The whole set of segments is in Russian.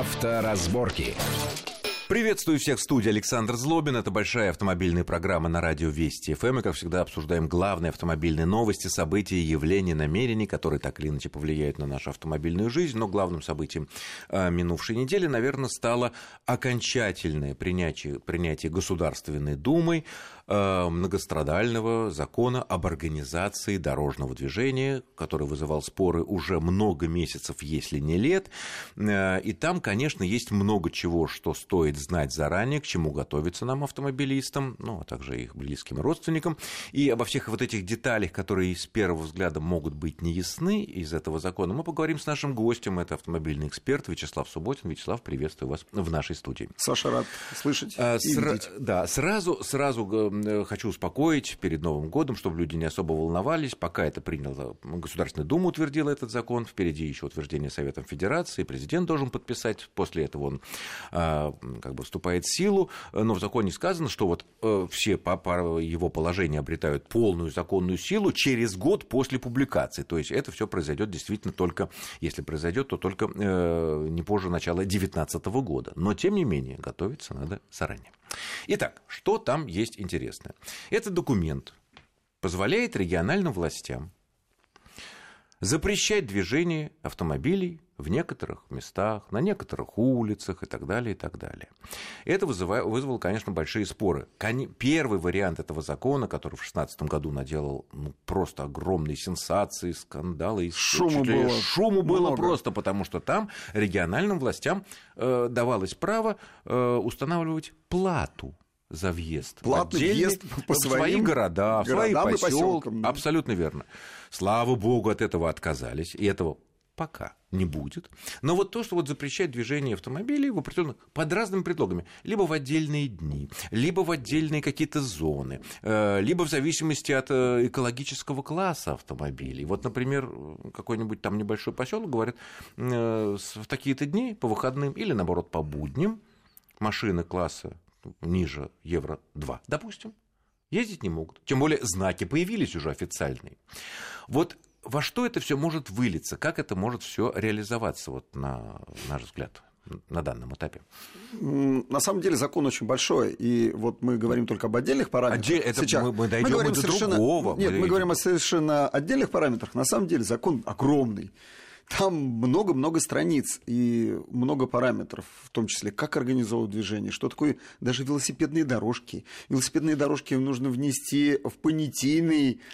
Авторазборки. Приветствую всех в студии. Александр Злобин. Это большая автомобильная программа на радио Вести ФМ. И, как всегда, обсуждаем главные автомобильные новости, события, явления, намерения, которые так или иначе повлияют на нашу автомобильную жизнь. Но главным событием минувшей недели, наверное, стало окончательное принятие Государственной Думой многострадального закона об организации дорожного движения, который вызывал споры уже много месяцев, если не лет. И там, конечно, есть много чего, что стоит знать заранее, к чему готовиться нам, автомобилистам, ну, а также их близким родственникам. И обо всех вот этих деталях, которые с первого взгляда могут быть неясны из этого закона, мы поговорим с нашим гостем. Это автомобильный эксперт Вячеслав Субботин. Вячеслав, приветствую вас в нашей студии. Саша, рад слышать и видеть. Да, сразу хочу успокоить перед Новым годом, чтобы люди не особо волновались. Пока это приняло, Государственная Дума утвердила этот закон, впереди еще утверждение Советом Федерации, президент должен подписать, после этого он вступает в силу, но в законе сказано, что вот все по его положения обретают полную законную силу через год после публикации. То есть это все произойдет действительно только, если произойдет, то только не позже начала 2019 года. Но тем не менее готовиться надо заранее. Итак, что там есть интересное? Этот документ позволяет региональным властям запрещать движение автомобилей в некоторых местах, на некоторых улицах и так далее, и так далее. Это вызвало, конечно, большие споры. Первый вариант этого закона, который в 2016 году наделал просто огромные сенсации, скандалы. Шуму было просто, потому что там региональным властям давалось право устанавливать плату за въезд. Платный въезд по свои города, в свои поселки. Абсолютно верно. Слава богу, от этого отказались, и этого пока не будет. Но вот то, что вот запрещает движение автомобилей в определенных, под разными предлогами, либо в отдельные дни, либо в отдельные какие-то зоны, либо в зависимости от экологического класса автомобилей. Вот, например, какой-нибудь там небольшой поселок, говорит, в такие-то дни по выходным или, наоборот, по будням машины класса ниже Евро-2, допустим, ездить не могут. Тем более знаки появились уже официальные. Вот во что это все может вылиться, как это может все реализоваться, вот, на наш взгляд, на данном этапе? На самом деле закон очень большой, и вот мы говорим только об отдельных параметрах. Сейчас мы дойдем до другого. Нет, мы говорим о совершенно отдельных параметрах. На самом деле закон огромный. Там много-много страниц и много параметров, в том числе, как организовывать движение, что такое даже велосипедные дорожки. Велосипедные дорожки нужно внести в понятийный...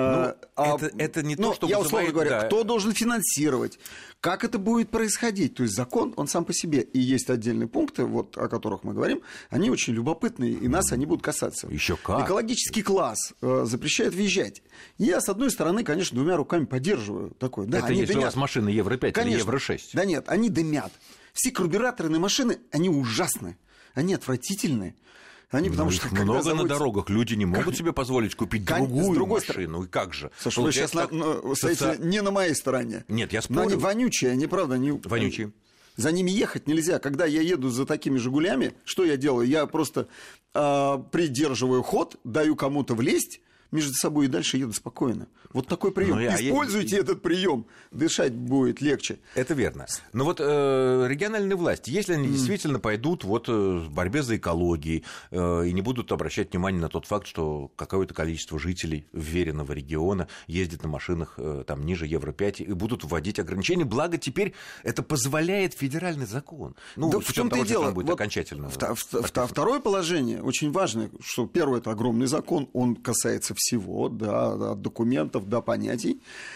Это не то, что я условно говоря, кто должен финансировать, как это будет происходить. То есть закон, он сам по себе. И есть отдельные пункты, вот, о которых мы говорим, они очень любопытные, и нас они будут касаться. Еще как. Экологический класс запрещает въезжать. Я, с одной стороны, конечно, двумя руками поддерживаю такое. Да, это если у вас машина Евро-5 или Евро-6. Да нет, они дымят. Все карбюраторные машины, они ужасны. Они отвратительны. Потому что много на дорогах. Люди не могут себе позволить купить другую машину. И как же? Слушай, вы сейчас стоите не на моей стороне. Нет, я спорю. Но они вонючие, они, правда, они... Вонючие. За ними ехать нельзя. Когда я еду за такими «Жигулями», что я делаю? Я просто придерживаю ход, даю кому-то влезть между собой и дальше еду спокойно. Вот такой прием. Используйте этот прием, дышать будет легче. Это верно. Но вот региональные власти, если они действительно пойдут вот в борьбе за экологией и не будут обращать внимание на тот факт, что какое-то количество жителей вверенного региона ездит на машинах там ниже Евро-5 и будут вводить ограничения, благо теперь это позволяет федеральный закон. Да в том-то и дело. Будет окончательно. Второе положение очень важное, что первое – это огромный закон, он касается всего, да, от документов до понятий,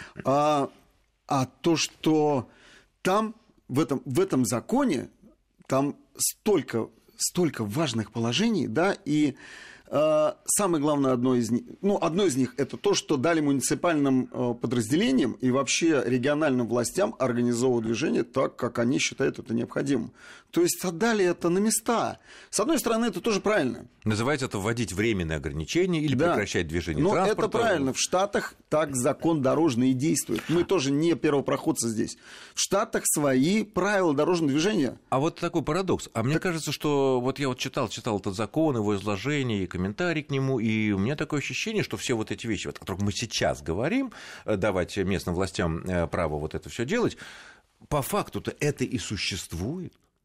а то, что там, в этом законе, там столько важных положений, да, и самое главное, одно из них это то, что дали муниципальным подразделениям и вообще региональным властям организовывать движение так, как они считают это необходимым. То есть отдали это на места. С одной стороны, это тоже правильно. Называется это вводить временные ограничения или прекращать движение транспорта. Но это правильно. В Штатах так закон дорожный и действует. Мы тоже не первопроходцы здесь. В Штатах свои правила дорожного движения. А вот такой парадокс. Мне кажется, что вот я читал этот закон, его изложение и комментарий к нему, и у меня такое ощущение, что все вот эти вещи, о которых мы сейчас говорим, давать местным властям право вот это все делать, по факту-то это и существует.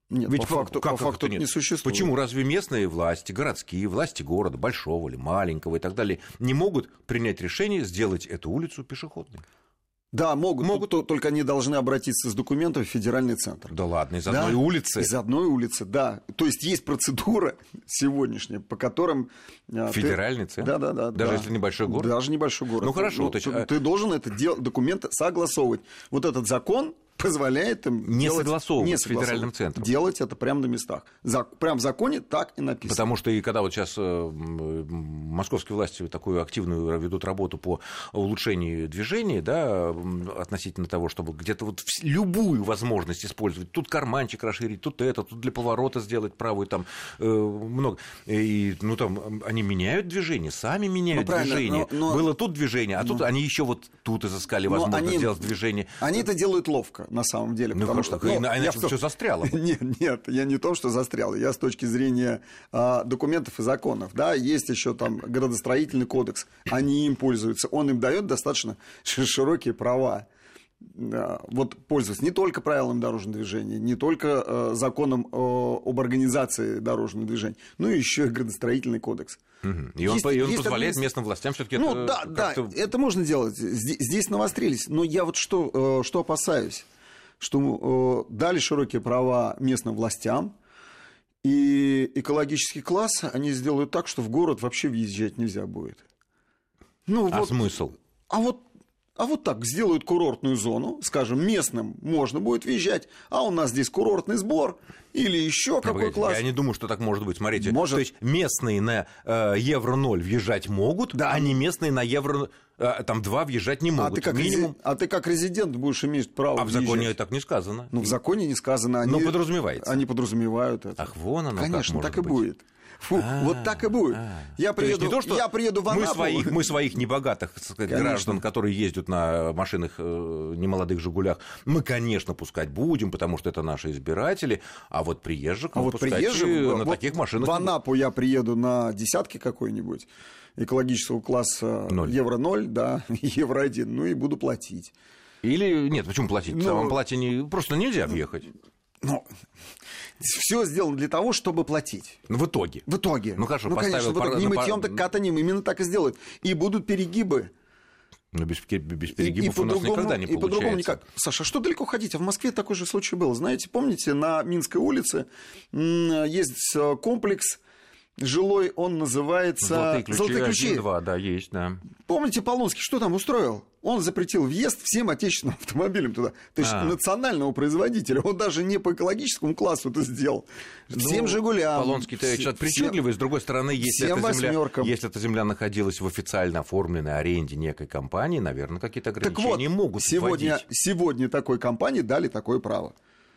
Нет, Ведь по факту это не существует. Почему? Разве местные власти, городские, власти города, большого или маленького и так далее, не могут принять решение сделать эту улицу пешеходной? Да, могут, только они должны обратиться с документом в федеральный центр. Да ладно, из одной улицы? Из одной улицы, да. То есть есть процедура сегодняшняя, по которым... Федеральный центр? Да. Даже если небольшой город? Даже небольшой город. Ну хорошо. Ты должен документы согласовывать. Вот этот закон позволяет им не согласовывать с федеральным центром. Делать это прямо на местах. Прямо в законе так и написано. Потому что и когда вот сейчас московские власти такую активную ведут работу по улучшению движения, да, относительно того, чтобы где-то вот любую возможность использовать. Тут карманчик расширить, тут для поворота сделать правую, там много. И, там они меняют движение, сами меняют движение. Было тут движение, а тут они еще вот тут изыскали возможность сделать движение. Они это делают ловко. На самом деле. Потому что иначе все застряло. Нет, я не то, что застрял. Я с точки зрения документов и законов. Да, есть еще там градостроительный кодекс. Они им пользуются. Он им дает достаточно широкие права. Вот пользоваться не только правилами дорожного движения, не только законом об организации дорожного движения, но еще и градостроительный кодекс. И он позволяет местным властям все-таки это можно делать. Здесь навострились. Но я вот что опасаюсь, что дали широкие права местным властям, и экологический класс они сделают так, что в город вообще въезжать нельзя будет. Смысл? А вот так сделают курортную зону, скажем, местным можно будет въезжать, а у нас здесь курортный сбор или еще какой класс. Я не думаю, что так может быть. Смотрите, то есть местные на Евро-0 въезжать могут, а не местные на Евро... Там 2 въезжать не могут. А ты как резидент будешь иметь право въезжать. В законе так не сказано. В законе не сказано. Но подразумевается. Они подразумевают это. Ах, вон оно. Конечно, как так и будет. Вот так и будет. Я приеду в Анапу. Мы своих небогатых граждан, которые ездят на машинах немолодых «Жигулях», мы, конечно, пускать будем, потому что это наши избиратели, а вот приезжих мы пускать на таких машинах. В Анапу я приеду на десятке какой-нибудь экологического класса Евро-0, да, Евро-1, и буду платить. Или нет, почему платить? В самом плате просто нельзя въехать. Все сделано для того, чтобы платить. В итоге. Ну хорошо, конечно, не мытьем, так катанием, именно так и сделают. И будут перегибы. Но без перегибов у нас никогда не получается. И по-другому никак. Саша, что далеко ходить? А в Москве такой же случай был. Знаете, помните, на Минской улице есть комплекс жилой, он называется «Золотые ключи». 1-2, да, есть, да. Помните, Полонский что там устроил? Он запретил въезд всем отечественным автомобилям туда. То есть национального производителя. Он даже не по экологическому классу это сделал. Всем «Жигулям». Полонский-то человек причудливый. С другой стороны, если эта земля находилась в официально оформленной аренде некой компании, наверное, какие-то ограничения могут вводить. Сегодня такой компании дали такое право.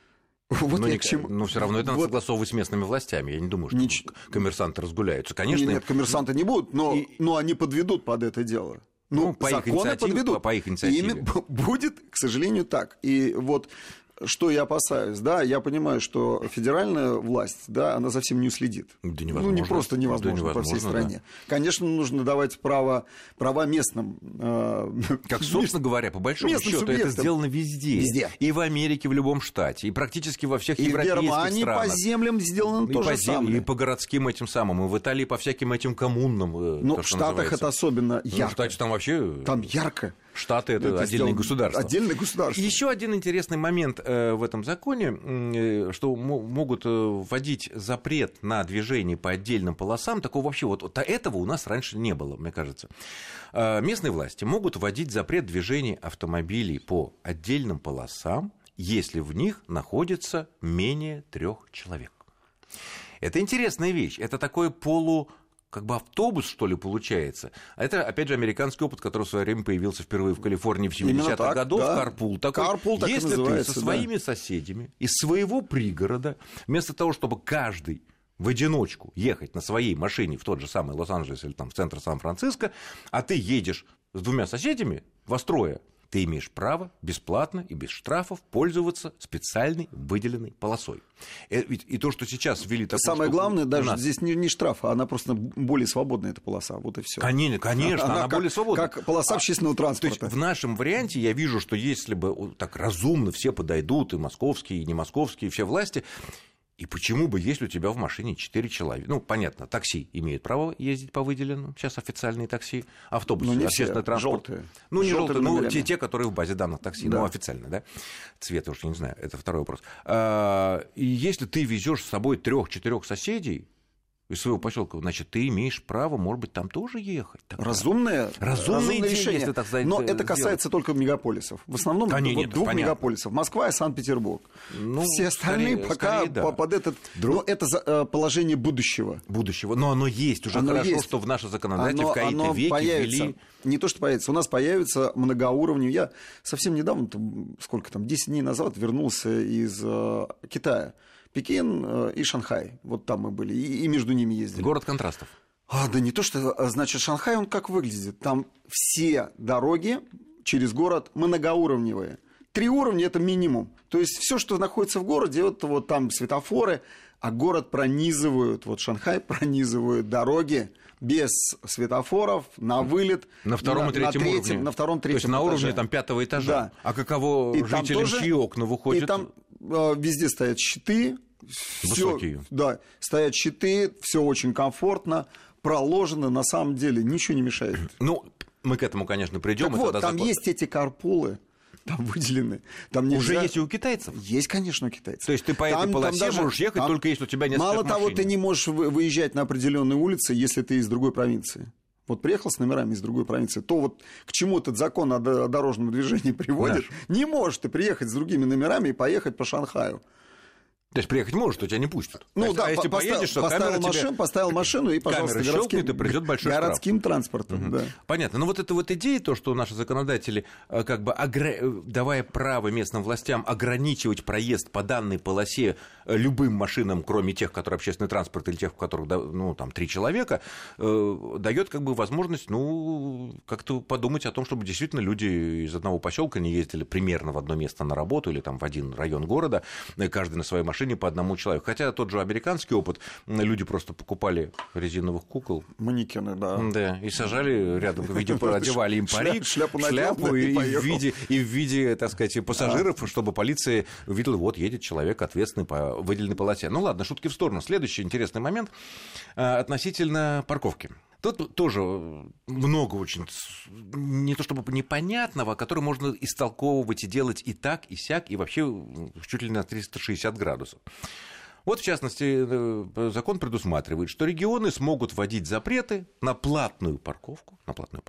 Но все равно это надо согласовывать с местными властями. Я не думаю, что коммерсанты разгуляются. Конечно, нет, коммерсанты не будут, но они подведут под это дело. По их инициативе. И будет, к сожалению, так. И вот что я опасаюсь, да, я понимаю, что федеральная власть, да, она за всем не уследит. Да невозможно. Не просто невозможно по всей стране. Да. Конечно, нужно давать права местным. Как, собственно говоря, по большому счету, это сделано везде. И в Америке, в любом штате, и практически во всех европейских странах. И в Германии по землям сделано то же самое. И по городским этим самым, и в Италии по всяким этим коммунным. Но в Штатах это особенно ярко. В Штатах там вообще... Там ярко. Штаты это отдельные государства. Отдельные государства. Еще один интересный момент в этом законе, что могут вводить запрет на движение по отдельным полосам. Такого вообще этого у нас раньше не было, мне кажется. Местные власти могут вводить запрет движения автомобилей по отдельным полосам, если в них находится менее 3 человек. Это интересная вещь. Это такой автобус, что ли, получается. А это, опять же, американский опыт, который в свое время появился впервые в Калифорнии в 70-х годах. Да. Карпул такой. Карпул так если ты со своими соседями из своего пригорода, вместо того, чтобы каждый в одиночку ехать на своей машине в тот же самый Лос-Анджелес или там в центр Сан-Франциско, а ты едешь с 2 соседями, вас 3, ты имеешь право бесплатно и без штрафов пользоваться специальной выделенной полосой. И то, что сейчас ввели такую самое главное, даже здесь не штраф, а она просто более свободная, эта полоса. Вот и все. Конечно, она более свободная. Как полоса общественного транспорта. То есть в нашем варианте я вижу, что если бы так разумно все подойдут, и московские, и не московские, все власти, И почему бы, если у тебя в машине 4 человека... Ну, понятно, такси имеет право ездить по выделенным, сейчас официальные такси, автобусы, общественный транспорт. Желтые. Ну, не желтые, но те, которые в базе данных такси, да. Ну, официально, да? Цвет, я уж не знаю, это второй вопрос. И если ты везешь с собой 3-4 соседей из своего поселка, значит, ты имеешь право, может быть, там тоже ехать. Разумное решение, если так сказать. Но это касается только мегаполисов. В основном двух мегаполисов. Москва и Санкт-Петербург. Все остальные пока под этот... Но это положение будущего. Но оно есть. Уже хорошо, что в наше законодательство в какие-то веки ввели... Не то, что появится. У нас появится многоуровневый. Я совсем недавно, 10 дней назад вернулся из Китая. Пекин и Шанхай. Вот там мы были. И между ними ездили. Город контрастов. Да не то, что... Значит, Шанхай, он как выглядит? Там все дороги через город многоуровневые. 3 уровня – это минимум. То есть все, что находится в городе, вот там светофоры, а город пронизывают, вот Шанхай пронизывают дороги без светофоров, на вылет. На втором и третьем уровне. На втором-третьем этаже. То есть на уровне там 5-го этажа. Да. А каково и жителям, чьи окна выходят? И там везде стоят щиты. Высокие. Да, стоят щиты, все очень комфортно, проложено, на самом деле ничего не мешает. Ну, мы к этому, конечно, придем. Так вот, там есть эти карпулы, там выделены. Там нельзя... Уже есть и у китайцев? Есть, конечно, у китайцев. То есть ты по этой полосе можешь ехать, только если у тебя несколько машин. Мало того, ты не можешь выезжать на определенные улицы, если ты из другой провинции. Вот приехал с номерами из другой провинции, то вот к чему этот закон о дорожном движении приводит, не можешь ты приехать с другими номерами и поехать по Шанхаю. То есть приехать может, то тебя не пустят. Ну да, если поедешь, то поставил машину и, пожалуйста, городским транспортом. Да. Понятно. Но вот эта вот идея, то, что наши законодатели, как бы давая право местным властям ограничивать проезд по данной полосе любым машинам, кроме тех, которые общественный транспорт, или тех, в которых, ну, там, 3 человека, дает как бы возможность, ну, как-то подумать о том, чтобы действительно люди из одного поселка не ездили примерно в одно место на работу или там в один район города, каждый на своей машине по одному человеку. Хотя тот же американский опыт, люди просто покупали резиновых кукол. Манекены, да. Да, и сажали рядом, одевали им парик, шляпу и в виде, так сказать, пассажиров, чтобы полиция увидела, вот едет человек, ответственный по выделенной полосе. Ну ладно, шутки в сторону. Следующий интересный момент относительно парковки. Тут тоже много очень, не то чтобы непонятного, которое можно истолковывать и делать и так, и сяк, и вообще чуть ли не на 360 градусов. Вот, в частности, закон предусматривает, что регионы смогут вводить запреты на платную парковку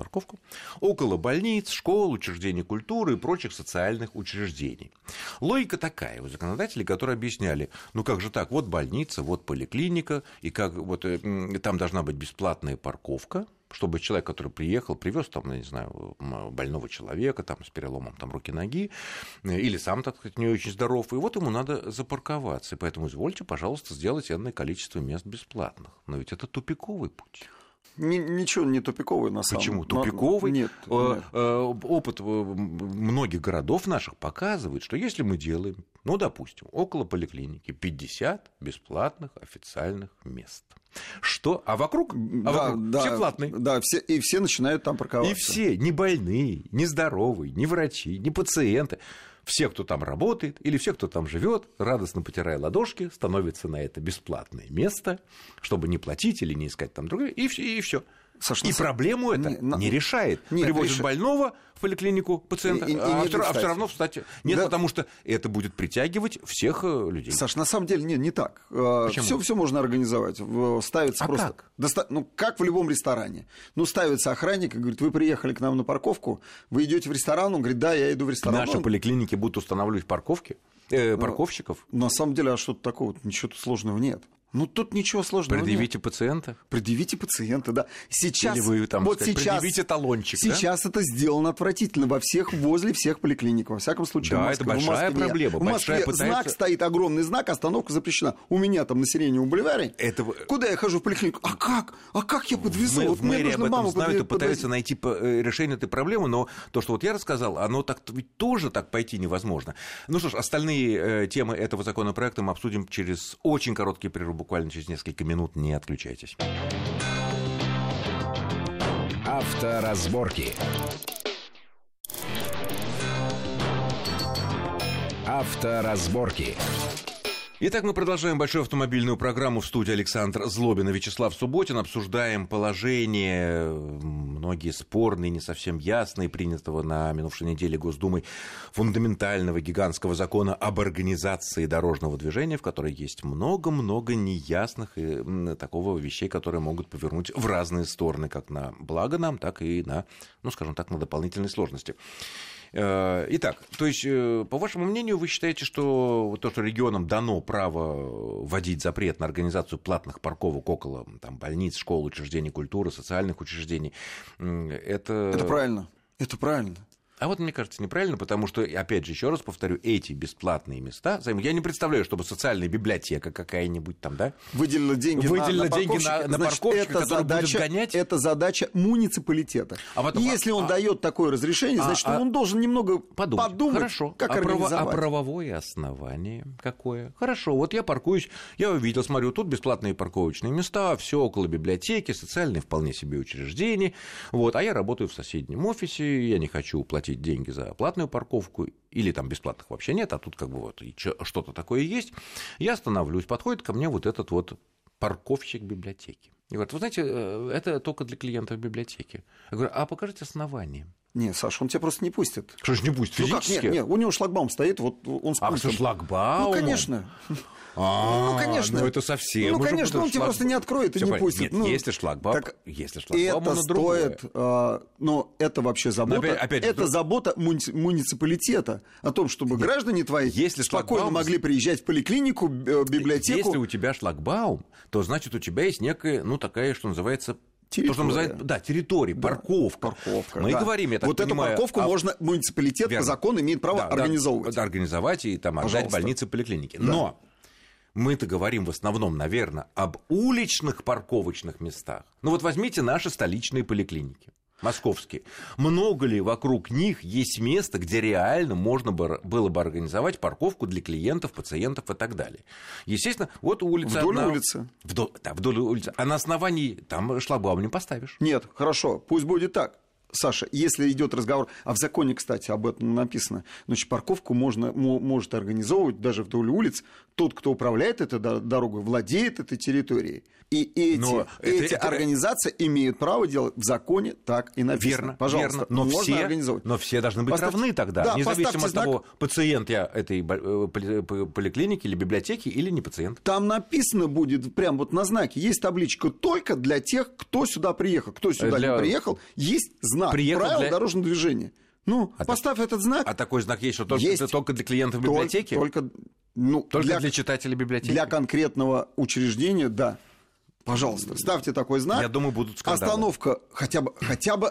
около больниц, школ, учреждений культуры и прочих социальных учреждений. Логика такая у законодателей, которые объясняли, ну как же так, вот больница, вот поликлиника, и как вот там должна быть бесплатная парковка, чтобы человек, который приехал, привез там, не знаю, больного человека там, с переломом там, руки-ноги, или сам, так сказать, не очень здоров, и вот ему надо запарковаться. И поэтому извольте, пожалуйста, сделать энное количество мест бесплатных. Но ведь это тупиковый путь. Ничего не тупиковый, на самом деле. Почему? Тупиковый? Нет. Опыт многих городов наших показывает, что если мы делаем, ну, допустим, около поликлиники 50 бесплатных официальных мест. Что? А вокруг? Все платные. Да, и все начинают там парковаться. И все, не больные, не здоровые, не врачи, не пациенты. Все, кто там работает, или все, кто там живет, радостно потирая ладошки, становятся на это бесплатное место, чтобы не платить или не искать там другое, и все. Саша, и проблему это не решает. Привозят больного в поликлинику пациента, а все равно встать нет, потому что это будет притягивать всех людей. Саш, на самом деле не так. Все можно организовать. Ставится просто. Как? Как в любом ресторане. Ставится охранник и говорит: вы приехали к нам на парковку, вы идете в ресторан, он говорит: да, я иду в ресторан. Наши поликлиники будут устанавливать парковщиков. На самом деле, а что-то такого, ничего сложного нет. Тут ничего сложного Предъявите нет. пациента. Предъявите пациента, да. Сейчас, или вы там, предъявите талончик. Сейчас это сделано отвратительно возле всех поликлиник. Во всяком случае, да, в Москве. Это большая проблема. В Москве знак стоит, огромный знак, остановка запрещена. У меня там на Сиреневом бульваре. Куда я хожу в поликлинику? А как я подвезу? В мэрии об этом знают и пытаются найти решение этой проблемы, но то, что вот я рассказал, оно так ведь тоже так пойти невозможно. Ну что ж, остальные темы этого законопроекта мы обсудим через очень короткий перерыв, буквально через несколько минут. Не отключайтесь. Авторазборки. Авторазборки. Итак, мы продолжаем большую автомобильную программу. В студии Александр Злобин и Вячеслав Субботин. Обсуждаем положение, многие спорные, не совсем ясные, принятого на минувшей неделе Госдумой фундаментального гигантского закона об организации дорожного движения, в которой есть много-много неясных и такого вещей, которые могут повернуть в разные стороны, как на благо нам, так и на, ну, скажем так, на дополнительные сложности. Итак, то есть, по вашему мнению, вы считаете, что то, что регионам дано право вводить запрет на организацию платных парковок около там, больниц, школ, учреждений культуры, социальных учреждений, это... Это правильно, это правильно. А вот мне кажется неправильно, потому что, опять же, еще раз повторю, эти бесплатные места, я не представляю, чтобы социальная библиотека какая-нибудь там, да, выделила деньги на парковщика, который будет гонять. Это задача муниципалитета. И если он дает такое разрешение, значит, он должен немного подумать, хорошо, как организовать. А правовое основание какое? Хорошо, вот я паркуюсь, я увидел, смотрю, тут бесплатные парковочные места, все около библиотеки, социальные вполне себе учреждения, вот, а я работаю в соседнем офисе, я не хочу платить деньги за платную парковку, или там бесплатных вообще нет, а тут как бы вот что-то такое есть, я становлюсь, подходит ко мне вот этот вот парковщик библиотеки. И говорит, вы знаете, это только для клиентов библиотеки. Я говорю, а покажите основание. Нет, Саша, он тебя просто не пустит. Что ж не пустит? Физически? Нет, у него шлагбаум стоит, вот он с пультом. А, со шлагбаумом? Ну, конечно. Конечно. Ну, это совсем. Ну, конечно, он тебя просто не откроет и не пустит. Нет, если шлагбаум, это стоит, но это вообще забота. Это забота муниципалитета о том, чтобы граждане твои спокойно могли приезжать в поликлинику, библиотеку. Если у тебя шлагбаум, то значит у тебя есть некая, ну, такая, что называется... То, что называют, территория, парковка. Мы говорим, я так вот понимаю... эту парковку можно, муниципалитет по закону имеет право организовывать. Да, организовать и там отдать больницы, поликлиники. Но мы-то говорим в основном, наверное, об уличных парковочных местах. Ну вот возьмите наши столичные поликлиники, московские. Много ли вокруг них есть место, где реально можно было бы организовать парковку для клиентов, пациентов и так далее? Естественно, вот улица... Вдоль улицы. Вдоль улицы. А на основании там шлагбаум не поставишь. Нет, хорошо, пусть будет так. Саша, если идет разговор, а в законе, кстати, об этом написано, значит, парковку может организовывать даже вдоль улиц тот, кто управляет этой дорогой, владеет этой территорией. И эти организации имеют право делать в законе, так и написано. Верно, пожалуйста, верно. можно организовать. Но все должны быть равны тогда, да, независимо от того, пациент я этой поликлиники или библиотеки, или не пациент. Там написано будет, прям вот на знаке, есть табличка только для тех, кто сюда приехал. Кто сюда не приехал, есть знак правил дорожного движения. Ну, поставь этот знак. А такой знак есть, что только для клиентов библиотеки? Только для читателей библиотеки? Для конкретного учреждения, да. Пожалуйста, ставьте такой знак. Я думаю, будут скандалы. Остановка, хотя бы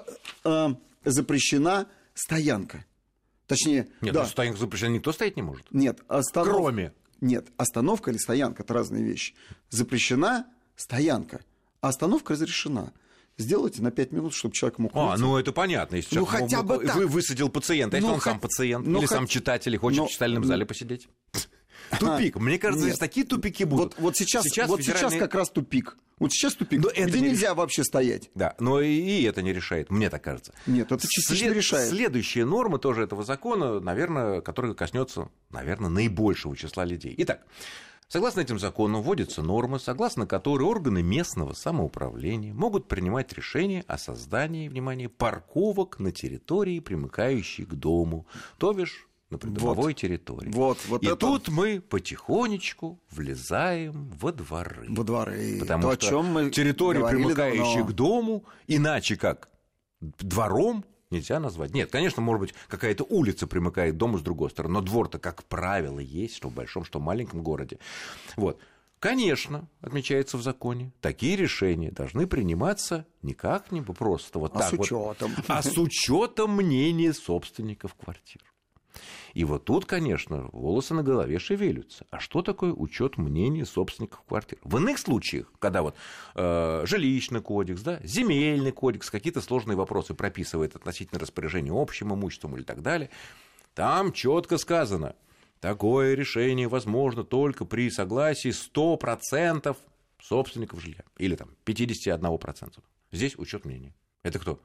запрещена стоянка. Точнее, нет, да. Стоянка запрещена, никто стоять не может. Нет, Кроме. Нет, остановка или стоянка – это разные вещи. Запрещена стоянка, а остановка разрешена. Сделайте на 5 минут, чтобы человек мог выйти. Ну это понятно. Если хотя бы так. Высадил пациента, если он сам пациент, или сам читатель, и хочет в читальном зале посидеть. Тупик. Мне кажется, здесь такие тупики будут. Вот сейчас как раз тупик. Вот сейчас тупик, где нельзя вообще стоять. Да, но и это не решает, мне так кажется. Нет, это частично решает. Следующая норма тоже этого закона, наверное, которая коснется, наверное, наибольшего числа людей. Итак, согласно этим законам вводятся нормы, согласно которой органы местного самоуправления могут принимать решения о создании, внимание, парковок на территории, примыкающей к дому, то бишь на придомовой территории. И тут мы потихонечку влезаем во дворы. Потому что территория, примыкающая к дому, иначе как двором, нельзя назвать. Нет, конечно, может быть, какая-то улица примыкает к дому с другой стороны, но двор-то, как правило, есть, что в большом, что в маленьком городе. Вот. Конечно, отмечается в законе, такие решения должны приниматься не как-нибудь просто вот так вот, а с учетом мнения собственников квартир. И вот тут, конечно, волосы на голове шевелятся. А что такое учет мнений собственников квартир? В иных случаях, когда вот жилищный кодекс, да, земельный кодекс, какие-то сложные вопросы прописывает относительно распоряжения общим имуществом или так далее, там четко сказано, такое решение возможно только при согласии 100% собственников жилья или там 51%. Здесь учет мнений. Это кто?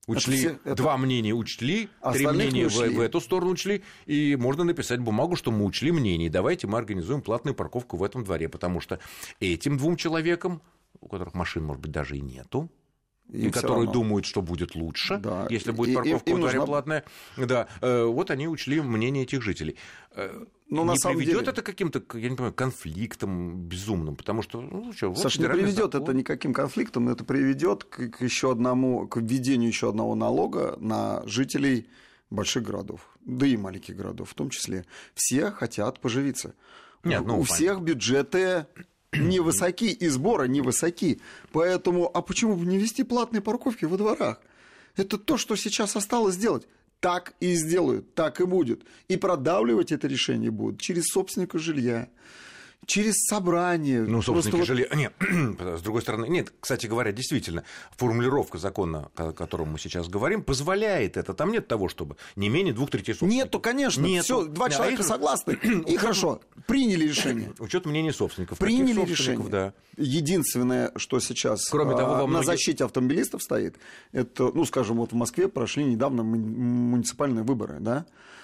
Два мнения учли, три мнения в эту сторону учли, и можно написать бумагу, что мы учли мнение, и давайте мы организуем платную парковку в этом дворе, потому что этим двум человекам, у которых машин, может быть, даже и нету, и которые думают, что будет лучше, да, если будет парковка во дворе платная. Да, вот они учли мнение этих жителей. Но не приведет это к каким-то, я не понимаю, конфликтам безумным, потому что... Саша, не приведет это никаким конфликтам, но это приведет к введению еще одного налога на жителей больших городов, да и маленьких городов в том числе. Все хотят поживиться. У всех бюджеты... невысоки, и сборы невысоки. Поэтому, а почему бы не вести платные парковки во дворах? Это то, что сейчас осталось сделать. Так и сделают, так и будет. И продавливать это решение будут через собственника жилья, через собрание. Ну, собственники жилья... Нет, с другой стороны... Нет, кстати говоря, действительно, формулировка закона, о котором мы сейчас говорим, позволяет это. Там нет того, чтобы не менее 2/3 собственников. Нету, конечно. Всё, два человека согласны. И хорошо, приняли решение. Учет мнений собственников. Приняли решение. Да. Единственное, что сейчас кроме того, на защите автомобилистов стоит, это, ну, скажем, вот в Москве прошли недавно муниципальные выборы, да?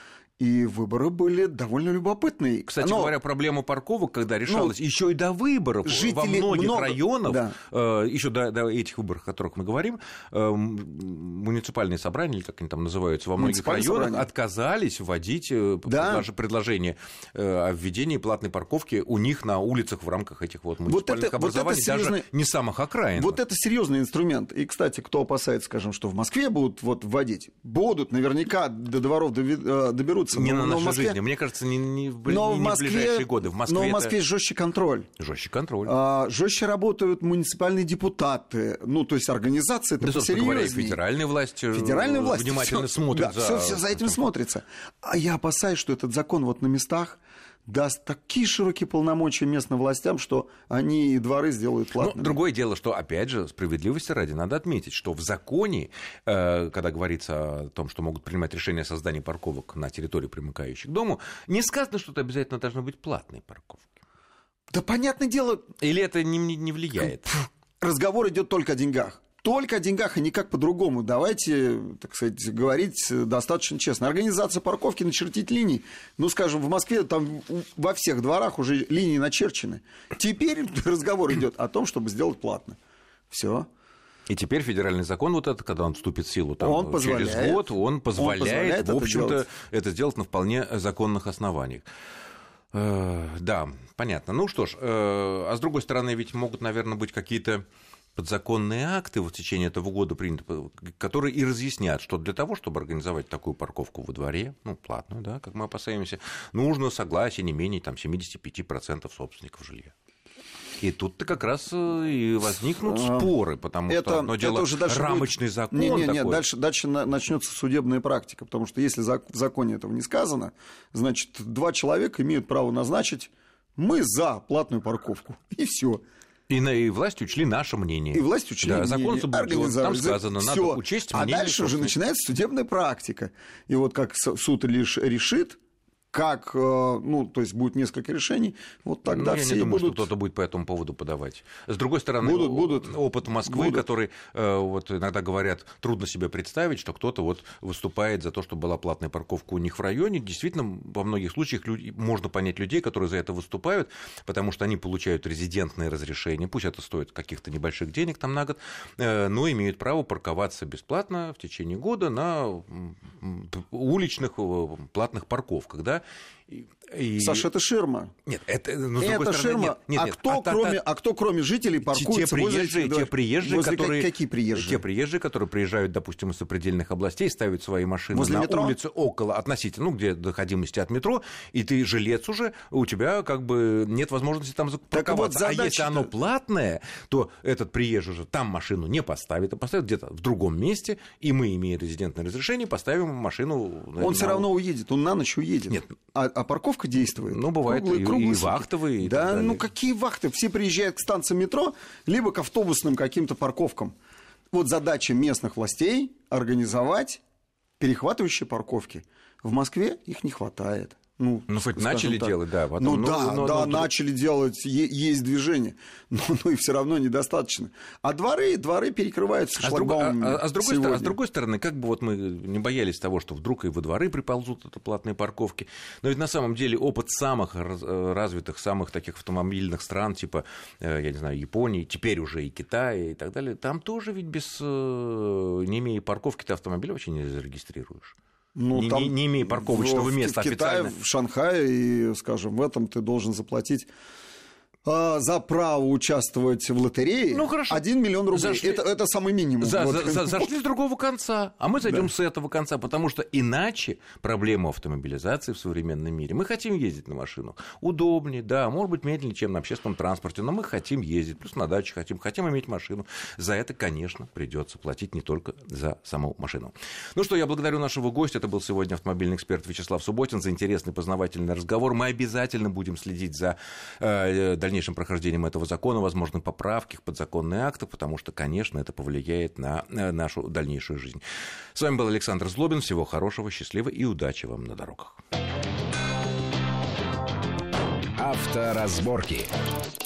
И выборы были довольно любопытные. Кстати говоря, проблема парковок, когда решалась еще и до выборов во многих районах, еще до этих выборов, о которых мы говорим, муниципальные собрания, или как они там называются, во многих районах отказались вводить предложение о введении платной парковки у них на улицах в рамках этих вот муниципальных образований, даже не самых окраин. Вот это серьезный инструмент. И, кстати, кто опасается, скажем, что в Москве будут вводить, наверняка до дворов доберутся. Не на нашей жизни. Мне кажется, не в ближайшие годы. Но в Москве жестче контроль. Жестче контроль. Жестче работают муниципальные депутаты. Ну, то есть организации это посерьезнее. Федеральная власть внимательно смотрит все за этим смотрится. А я опасаюсь, что этот закон вот на местах даст такие широкие полномочия местным властям, что они и дворы сделают платными. Другое дело, что, опять же, справедливости ради, надо отметить, что в законе, когда говорится о том, что могут принимать решение о создании парковок на территории, примыкающей к дому, не сказано, что это обязательно должны быть платные парковки. Да, понятное дело... Или это не влияет? Разговор идет только о деньгах. Только о деньгах и никак по-другому. Давайте, так сказать, говорить достаточно честно. Организация парковки, начертить линии. Ну, скажем, в Москве там во всех дворах уже линии начерчены. Теперь разговор идет о том, чтобы сделать платно. Все. И теперь федеральный закон вот этот, когда он вступит в силу через год, он позволяет в общем-то, это сделать на вполне законных основаниях. Да, понятно. Ну что ж, а с другой стороны, ведь могут, наверное, быть какие-то подзаконные акты в течение этого года приняты, которые и разъяснят, что для того, чтобы организовать такую парковку во дворе, платную, да, как мы опасаемся, нужно согласие не менее 75% собственников жилья. И тут-то как раз и возникнут споры, потому что одно дело уже рамочный закон. Нет, дальше начнется судебная практика, потому что если в законе этого не сказано, значит, два человека имеют право назначить: мы за платную парковку, и все. И власть учли наше мнение. И власть учли мнение. Закон соблюден, там сказано, надо учесть мнение. А дальше уже начинается судебная практика. И вот как суд лишь решит, как, то есть будет несколько решений, вот тогда все я не думаю, будут... что кто-то будет по этому поводу подавать. С другой стороны, опыт Москвы, который, вот иногда говорят, трудно себе представить, что кто-то вот выступает за то, чтобы была платная парковка у них в районе. Действительно, во многих случаях можно понять людей, которые за это выступают, потому что они получают резидентное разрешение, пусть это стоит каких-то небольших денег там на год, но имеют право парковаться бесплатно в течение года на уличных платных парковках, да. Саша, это ширма. Нет, это ширма. Кто, кроме жителей, паркуется те приезжие, которые... Какие приезжие? Те приезжие, которые приезжают, допустим, из сопредельных областей, ставят свои машины возле на метро? Улице около, относительно, где доходимости от метро, и ты жилец уже, у тебя как бы нет возможности там запарковаться. Вот если оно платное, то этот приезжий уже там машину не поставит, а поставит где-то в другом месте, и мы, имея резидентное разрешение, поставим машину... Он все равно уедет, он на ночь уедет. Нет. А парковка действует. Бывает и вахтовые. Да, какие вахты? Все приезжают к станции метро, либо к автобусным каким-то парковкам. Вот задача местных властей организовать перехватывающие парковки. В Москве их не хватает. Ну, хоть начали делать, да. Потом, начали делать, есть движение, но и все равно недостаточно. А дворы перекрываются шлагбаумами. А с другой стороны, как бы вот мы не боялись того, что вдруг и во дворы приползут это платные парковки, но ведь на самом деле опыт самых развитых, самых таких автомобильных стран, типа, я не знаю, Японии, теперь уже и Китая и так далее, там тоже ведь не имея парковки ты автомобиль вообще не зарегистрируешь. Не имея парковочного места официально. В Китае, в Шанхае, и, скажем, в этом ты должен заплатить за право участвовать в лотерее 1 миллион рублей. Это самый минимум. Зашли с другого конца, а мы зайдем с этого конца, потому что иначе проблему автомобилизации в современном мире. Мы хотим ездить на машинах. Удобнее, да, может быть, медленнее, чем на общественном транспорте, но мы хотим ездить, плюс на даче хотим иметь машину. За это, конечно, придется платить не только за саму машину. Ну что, я благодарю нашего гостя. Это был сегодня автомобильный эксперт Вячеслав Субботин за интересный познавательный разговор. Мы обязательно будем следить за дальнейшим прохождением этого закона, возможно, поправки, подзаконные акты, потому что, конечно, это повлияет на нашу дальнейшую жизнь. С вами был Александр Злобин. Всего хорошего, счастливо и удачи вам на дорогах. Авторазборки.